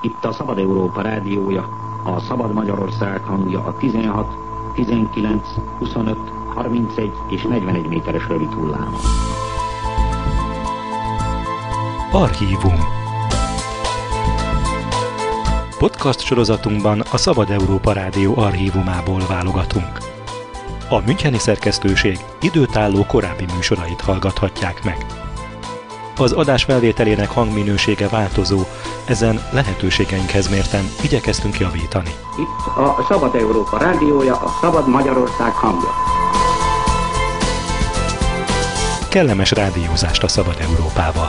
Itt a Szabad Európa rádiója, a Szabad Magyarország hangja a 16, 19, 25, 31 és 41 méteres rövid hullámon. Archívum. Podcast sorozatunkban a Szabad Európa Rádió archívumából válogatunk. A müncheni szerkesztőség időtálló korábbi műsorait hallgathatják meg. Az adás felvételének hangminősége változó, ezen lehetőségeinkhez mérten igyekeztünk javítani. Itt a Szabad Európa rádiója, a Szabad Magyarország hangja. Kellemes rádiózást a Szabad Európával!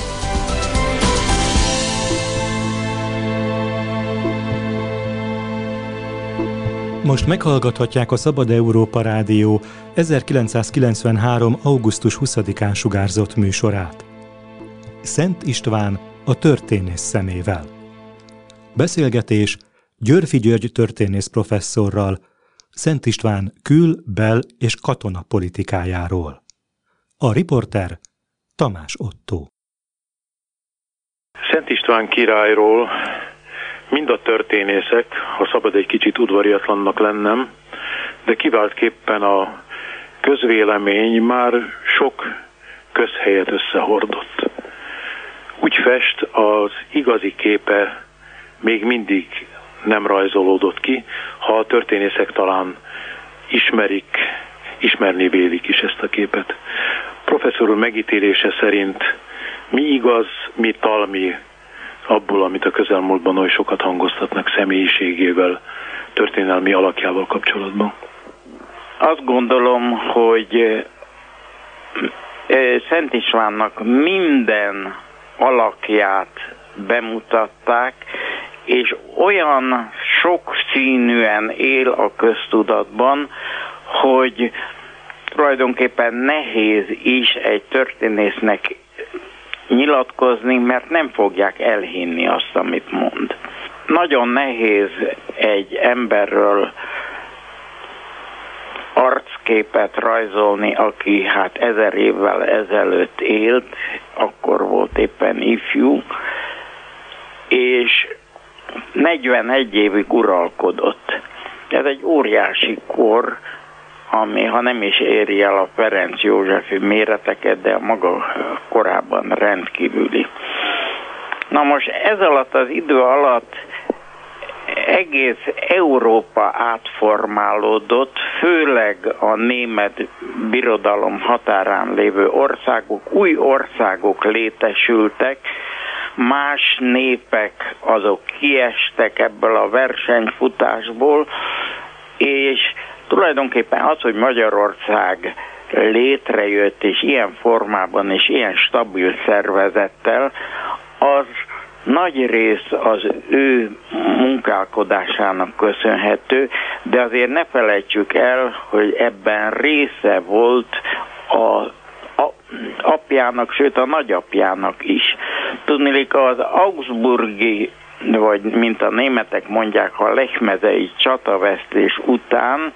Most meghallgathatják a Szabad Európa Rádió 1993. augusztus 20-án sugárzott műsorát. Szent István a történész szemével. Beszélgetés Györffy György történész professzorral, Szent István kül-, bel- és katona politikájáról. A riporter Tamás Ottó. Szent István királyról mind a történészek, ha szabad egy kicsit udvariatlannak lennem, de kiváltképpen a közvélemény már sok közhelyet összehordott. Úgy fest, az igazi képe még mindig nem rajzolódott ki, ha a történészek talán ismerni vélik is ezt a képet. Professzor úr megítélése szerint mi igaz, mi talmi abból, amit a közelmúltban oly sokat hangoztatnak személyiségével, történelmi alakjával kapcsolatban? Azt gondolom, hogy Szent Istvánnak minden alakját bemutatták, és olyan sokszínűen él a köztudatban, hogy tulajdonképpen nehéz is egy történésznek nyilatkozni, mert nem fogják elhinni azt, amit mond. Nagyon nehéz egy emberről arcképet rajzolni, aki 1000 évvel ezelőtt élt, akkor volt éppen ifjú, és 41 évig uralkodott. Ez egy óriási kor, ami ha nem is éri el a Ferenc Józsefi méreteket, de a maga korában rendkívüli. Na most ez alatt az idő alatt egész Európa átformálódott, főleg a német birodalom határán lévő országok, új országok létesültek, más népek azok kiestek ebből a versenyfutásból, és tulajdonképpen az, hogy Magyarország létrejött, és ilyen formában, és ilyen stabil szervezettel, az nagy rész az ő munkálkodásának köszönhető, de azért ne felejtsük el, hogy ebben része volt a apjának, sőt a nagyapjának is. Tudniillik, az augsburgi, vagy mint a németek mondják, a lechmezei csatavesztés után,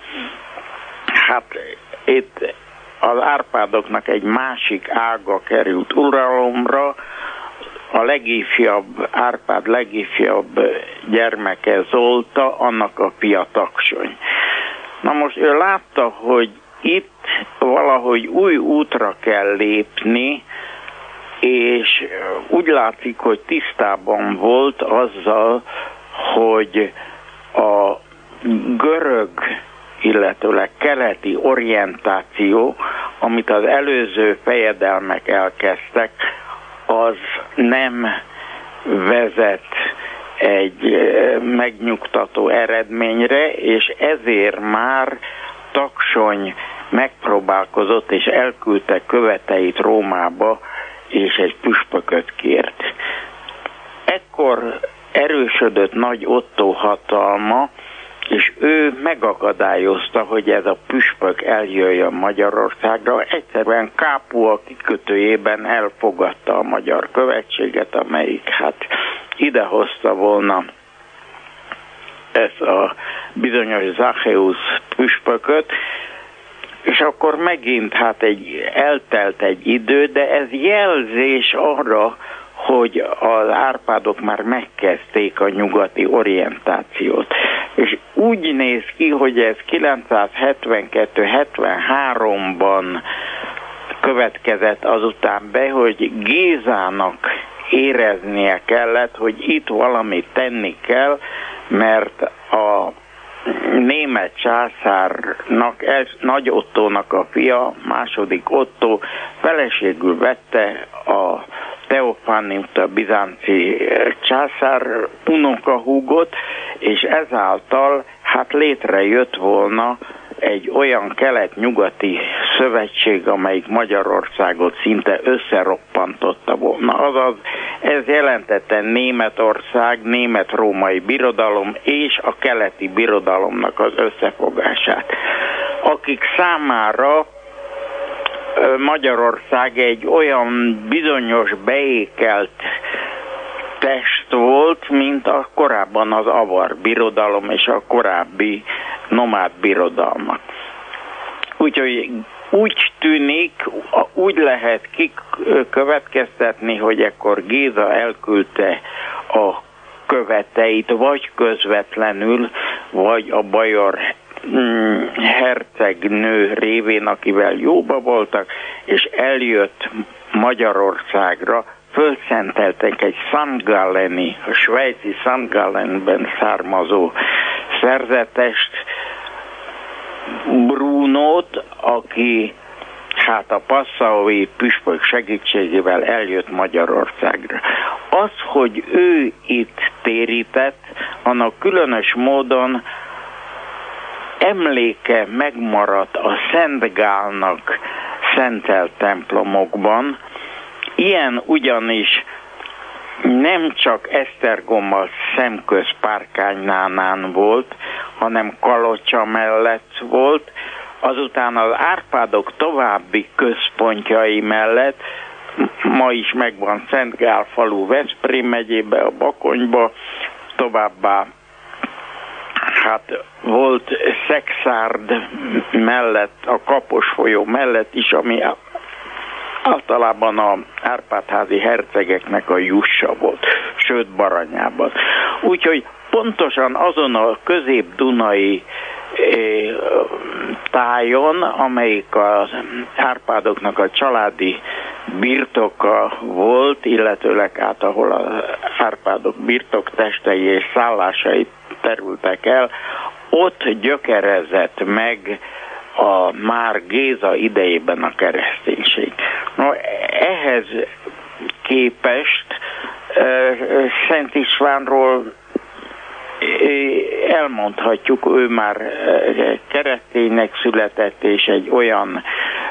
itt az Árpádoknak egy másik ága került uralomra, a legifjabb, Árpád legifjabb gyermeke Zolta, annak a fia Taksony. Na most ő látta, hogy itt valahogy új útra kell lépni, és úgy látszik, hogy tisztában volt azzal, hogy a görög, illetőleg keleti orientáció, amit az előző fejedelmek elkezdtek, az nem vezet egy megnyugtató eredményre, és ezért már Taksony megpróbálkozott, és elküldte követeit Rómába, és egy püspököt kért. Ekkor erősödött Nagy Ottó hatalma, és ő megakadályozta, hogy ez a püspök eljöjjön Magyarországra. Egyszerűen Kápua kikötőjében elfogadta a magyar követséget, amelyik idehozta volna ezt a bizonyos Zacheusz püspököt, és akkor megint eltelt egy idő, de ez jelzés arra, hogy az Árpádok már megkezdték a nyugati orientációt. És úgy néz ki, hogy ez 972-73-ban következett azután be, hogy Gézának éreznie kellett, hogy itt valamit tenni kell, mert a német császárnak, Nagy Ottónak a fia, második Ottó feleségül vette a Teofánit, a bizánci császár unokahúgot, és ezáltal hát létrejött volna egy olyan kelet-nyugati szövetség, amelyik Magyarországot szinte összeroppantotta volna. Azaz ez jelentette Németország, német-római birodalom és a keleti birodalomnak az összefogását, akik számára Magyarország egy olyan bizonyos beékelt test volt, mint a korábban az avar birodalom és a korábbi nomád birodalmak. Úgyhogy úgy tűnik, úgy lehet kikövetkeztetni, hogy ekkor Géza elküldte a követeit, vagy közvetlenül, vagy a bajor hercegnő révén, akivel jóba voltak, és eljött Magyarországra, fölszenteltek egy St. Galleni, a svájci St. Gallenben származó szerzetest, Brunót, aki hát a passzaui püspök segítségével eljött Magyarországra. Az, hogy ő itt térített, annak különös módon emléke megmaradt a Szent Gálnak szentelt templomokban. Ilyen ugyanis nem csak Esztergommal szemköz Párkánynánán volt, hanem Kalocsa mellett volt, azután az Árpádok további központjai mellett ma is megvan Szent Gál falu Veszprém megyébe, a Bakonyba, továbbá hát volt Szexárd mellett, a Kapos folyó mellett is, ami általában a Árpád-házi hercegeknek a jussa volt, sőt Baranyában. Úgyhogy pontosan azon a közép-dunai tájon, amelyik az Árpádoknak a családi birtoka volt, illetőleg át, ahol az Árpádok birtoktestei és szállásai terültek el, ott gyökerezett meg a már Géza idejében a kereszténység. No, ehhez képest Szent Istvánról elmondhatjuk, ő már kereszténynek született, és egy olyan,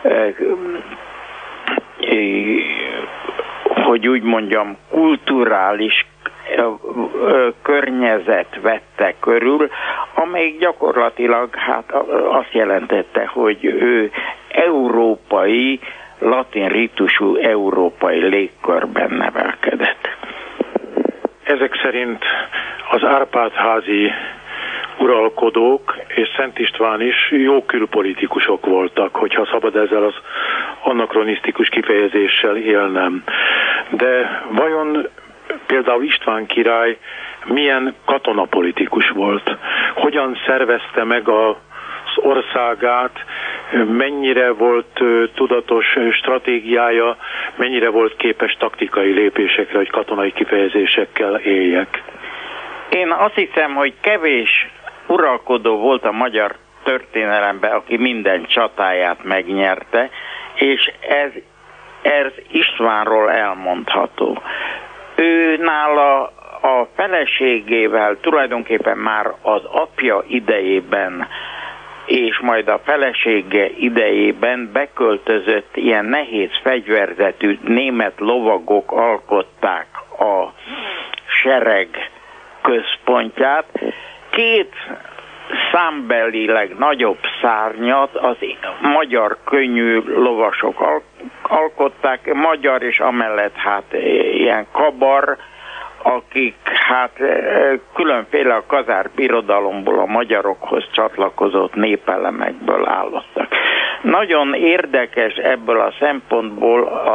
hogy úgy mondjam, kulturális környezet vette körül, amely gyakorlatilag hát azt jelentette, hogy ő európai, latin ritusú európai légkörben nevelkedett. Ezek szerint az Árpád-házi uralkodók és Szent István is jó külpolitikusok voltak, hogyha szabad ezzel az anakronisztikus kifejezéssel élnem. De vajon például István király milyen katonapolitikus volt? Hogyan szervezte meg az országát, mennyire volt tudatos stratégiája, mennyire volt képes taktikai lépésekre, hogy katonai kifejezésekkel éljek? Én azt hiszem, hogy kevés uralkodó volt a magyar történelemben, aki minden csatáját megnyerte, és ez Istvánról elmondható. Ő nála a feleségével tulajdonképpen már az apja idejében és majd a felesége idejében beköltözött ilyen nehéz fegyverzetű német lovagok alkották a sereg központját. Két számbelileg nagyobb szárnyat az magyar könnyű lovasok alkották, magyar és amellett hát ilyen kabar, akik hát különféle a kazár birodalomból a magyarokhoz csatlakozott népelemekből állottak. Nagyon érdekes ebből a szempontból a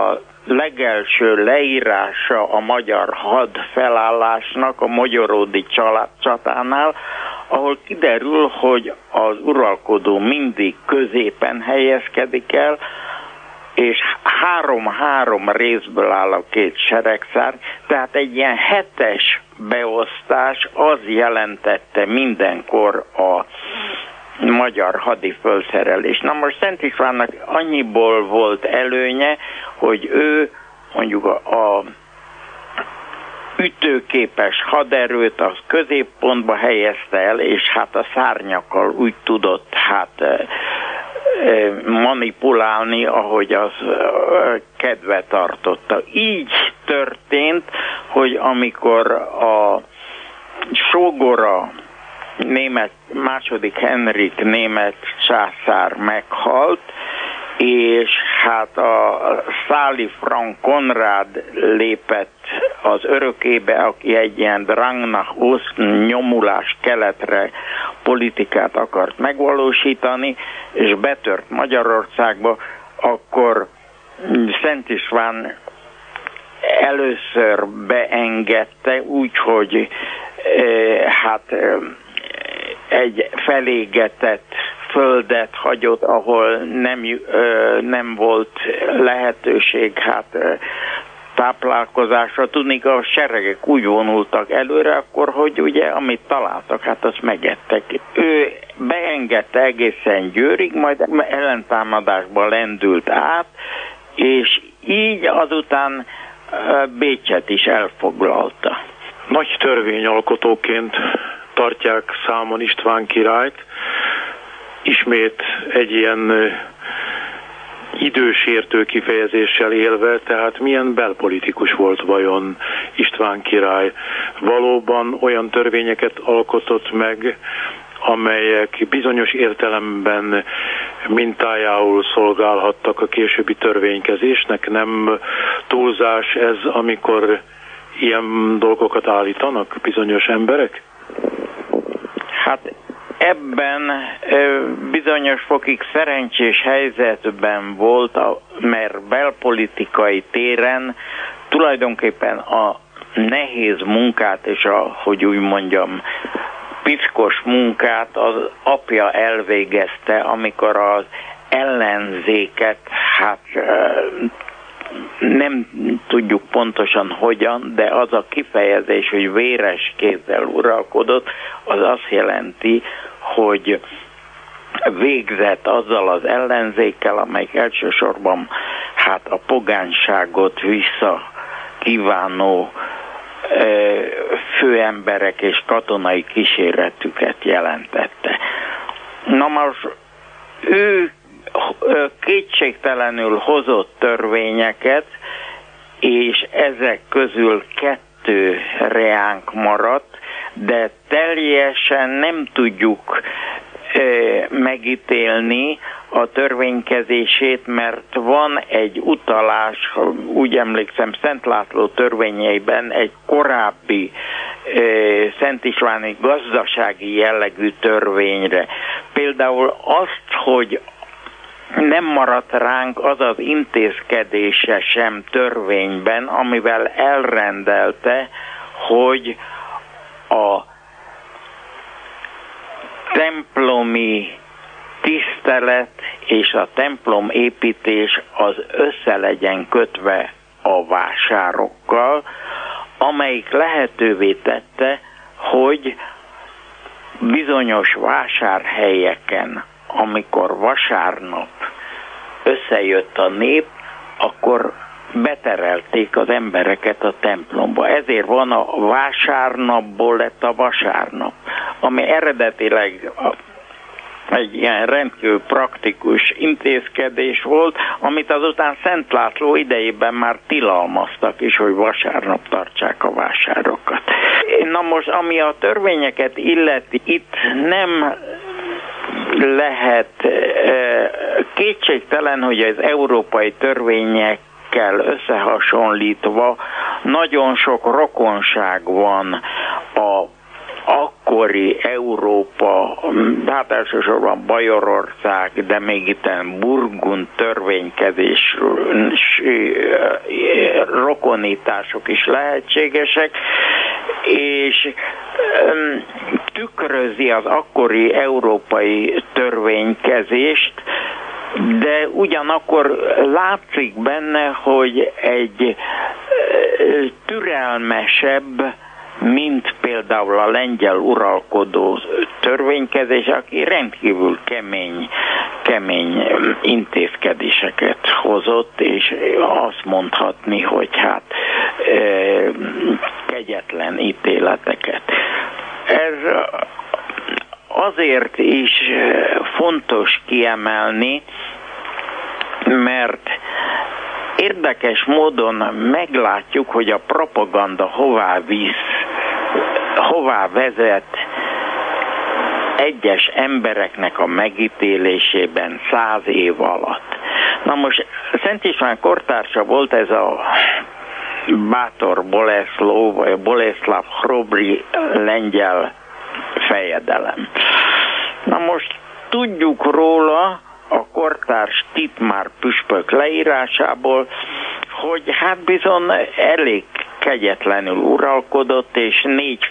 legelső leírása a magyar hadfelállásnak a Magyaródi csatánál, ahol kiderül, hogy az uralkodó mindig középen helyezkedik el, és 3-3 részből áll a két seregszárny, tehát egy ilyen 7-es beosztás az jelentette mindenkor a magyar hadifölszerelés. Na most Szent Istvánnak annyiból volt előnye, hogy ő mondjuk a ütőképes haderőt az középpontba helyezte el, és hát a szárnyakkal úgy tudott manipulálni, ahogy az kedve tartotta. Így történt, hogy amikor a sógora második Henrik német császár meghalt, és hát a Száli Frank Konrád lépett az örökébe, aki egy ilyen Drang nach Osten, nyomulás keletre politikát akart megvalósítani, és betört Magyarországba, akkor Szent István először beengedte, úgyhogy egy felégetett földet hagyott, ahol nem volt lehetőség táplálkozásra. Tudni, a seregek úgy vonultak előre, akkor, hogy ugye, amit találtak, azt megettek. Ő beengedte egészen Győrig, majd ellentámadásba lendült át, és így azután Bécset is elfoglalta. Nagy törvényalkotóként tartják számon István királyt, ismét egy ilyen idősértő kifejezéssel élve, tehát milyen belpolitikus volt vajon István király? Valóban olyan törvényeket alkotott meg, amelyek bizonyos értelemben mintájául szolgálhattak a későbbi törvénykezésnek. Nem túlzás ez, amikor ilyen dolgokat állítanak bizonyos emberek? Hát ebben bizonyos fokig szerencsés helyzetben volt, mert belpolitikai téren tulajdonképpen a nehéz munkát és hogy úgy mondjam, piszkos munkát az apja elvégezte, amikor az ellenzéket, nem tudjuk pontosan hogyan, de az a kifejezés, hogy véres kézzel uralkodott, az azt jelenti, hogy végzett azzal az ellenzékkel, amelyik elsősorban a pogányságot vissza kívánó főemberek és katonai kíséretüket jelentette. Na most ő kétségtelenül hozott törvényeket, és ezek közül 2 reánk maradt, de teljesen nem tudjuk megítélni a törvénykezését, mert van egy utalás, úgy emlékszem, Szent László törvényeiben egy korábbi Szent Istváni gazdasági jellegű törvényre. Például azt, hogy nem maradt ránk az az intézkedése sem törvényben, amivel elrendelte, hogy a templomi tisztelet és a templom építés az össze legyen kötve a vásárokkal, amelyik lehetővé tette, hogy bizonyos vásárhelyeken, amikor vasárnap összejött a nép, akkor beterelték az embereket a templomba. Ezért van a vásárnapból lett a vasárnap, ami eredetileg egy ilyen rendkívül praktikus intézkedés volt, amit azután Szent László idejében már tilalmaztak is, hogy vasárnap tartsák a vásárokat. Na most, ami a törvényeket illeti, itt nem lehet kétségtelen, hogy az európai törvényekkel összehasonlítva nagyon sok rokonság van a akkori Európa, hát elsősorban Bajorország, de még itt Burgund törvénykezés, rokonítások is lehetségesek, és tükrözi az akkori európai törvénykezést, de ugyanakkor látszik benne, hogy egy türelmesebb, mint például a lengyel uralkodó törvénykezés, aki rendkívül kemény intézkedéseket hozott, és azt mondhatni, hogy hát kegyetlen ítéleteket. Ez azért is fontos kiemelni, mert érdekes módon meglátjuk, hogy a propaganda hová vezet egyes embereknek a megítélésében 100 év alatt. Na most Szent István kortársa volt ez a bátor Bolesló, vagy Boleslav Chrobry lengyel fejedelem. Na most tudjuk róla a kortárs Titmár püspök leírásából, hogy hát bizony elég kegyetlenül uralkodott, és 4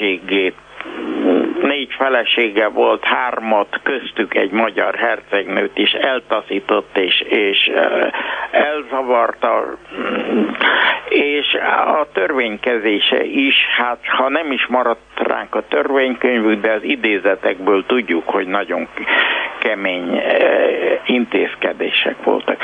felesége volt, 3 köztük egy magyar hercegnőt is eltaszított és elzavarta, és a törvénykezése is, hát ha nem is maradt ránk a törvénykönyvük, de az idézetekből tudjuk, hogy nagyon kemény intézkedések voltak.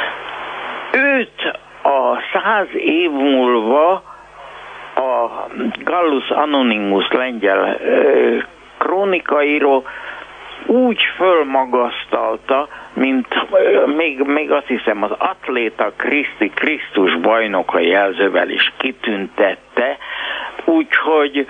Őt a 100 év múlva a Gallus Anonymus lengyel krónikaíró úgy fölmagasztalta, mint még azt hiszem az Atléta Christi Krisztus bajnoka jelzővel is kitüntette, úgyhogy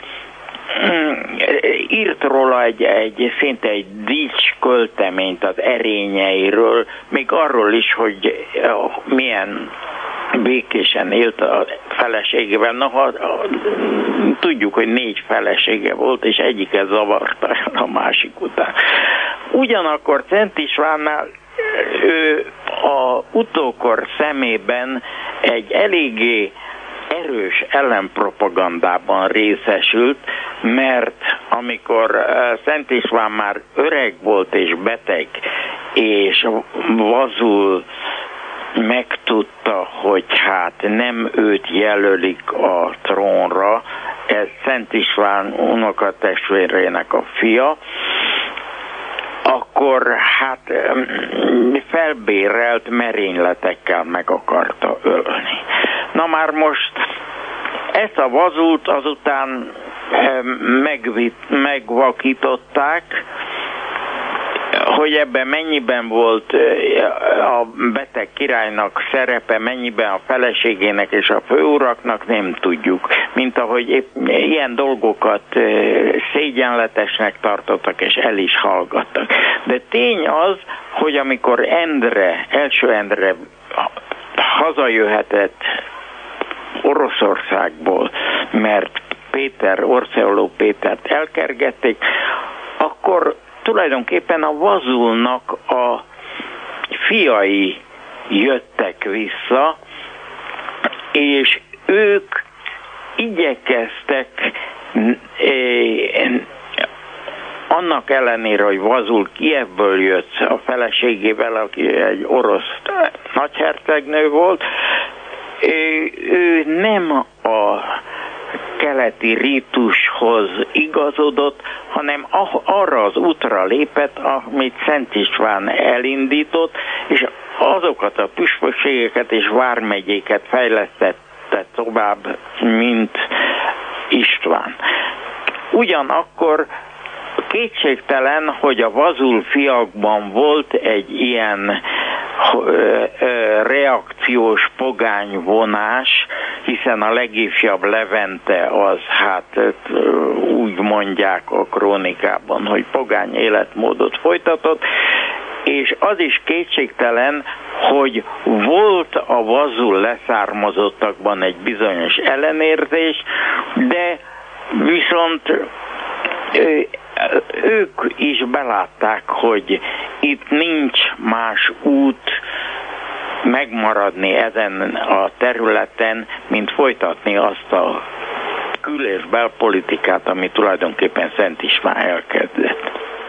írt róla szinte egy dicskölteményt az erényeiről, még arról is, hogy milyen békésen élt a feleségével. Na, tudjuk, hogy 4 felesége volt, és egyiket zavarta a másik után. Ugyanakkor Szent Istvánnál ő a utókor szemében egy eléggé erős ellenpropagandában részesült, mert amikor Szent István már öreg volt és beteg, és Vazul megtudta, hogy hát nem őt jelölik a trónra, ez Szent István unokatestvérének a fia, akkor hát felbérelt merényletekkel meg akarta ölni. Na már most ezt a Vazult azután megvakították, hogy ebben mennyiben volt a beteg királynak szerepe, mennyiben a feleségének és a főuraknak, nem tudjuk. Mint ahogy ilyen dolgokat szégyenletesnek tartottak, és el is hallgattak. De tény az, hogy amikor első Endre hazajöhetett Oroszországból, mert Orseoló Pétert elkergették, akkor tulajdonképpen a Vazulnak a fiai jöttek vissza, és ők igyekeztek annak ellenére, hogy Vazul Kijevből jött a feleségével, aki egy orosz nagyhercegnő volt, ő nem a keleti rítushoz igazodott, hanem arra az útra lépett, amit Szent István elindított, és azokat a püspökségeket és vármegyéket fejlesztette tovább, mint István. Ugyanakkor kétségtelen, hogy a Vazul fiakban volt egy ilyen reakciós pogányvonás, hiszen a legifjabb Levente az, hát úgy mondják a krónikában, hogy pogány életmódot folytatott, és az is kétségtelen, hogy volt a Vazul leszármazottakban egy bizonyos ellenérzés, de viszont ők is belátták, hogy itt nincs más út megmaradni ezen a területen, mint folytatni azt a kül- és belpolitikát, ami tulajdonképpen Szent István elkezdett.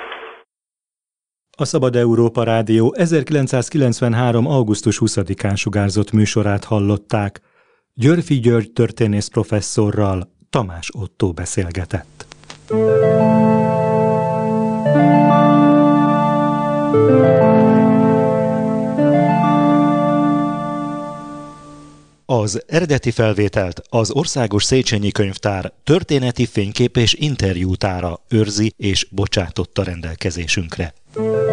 A Szabad Európa Rádió 1993. augusztus 20-án sugárzott műsorát hallották. Györffy György történész professzorral Tamás Ottó beszélgetett. Az eredeti felvételt az Országos Széchenyi Könyvtár történeti fénykép és interjútára őrzi és bocsátotta rendelkezésünkre.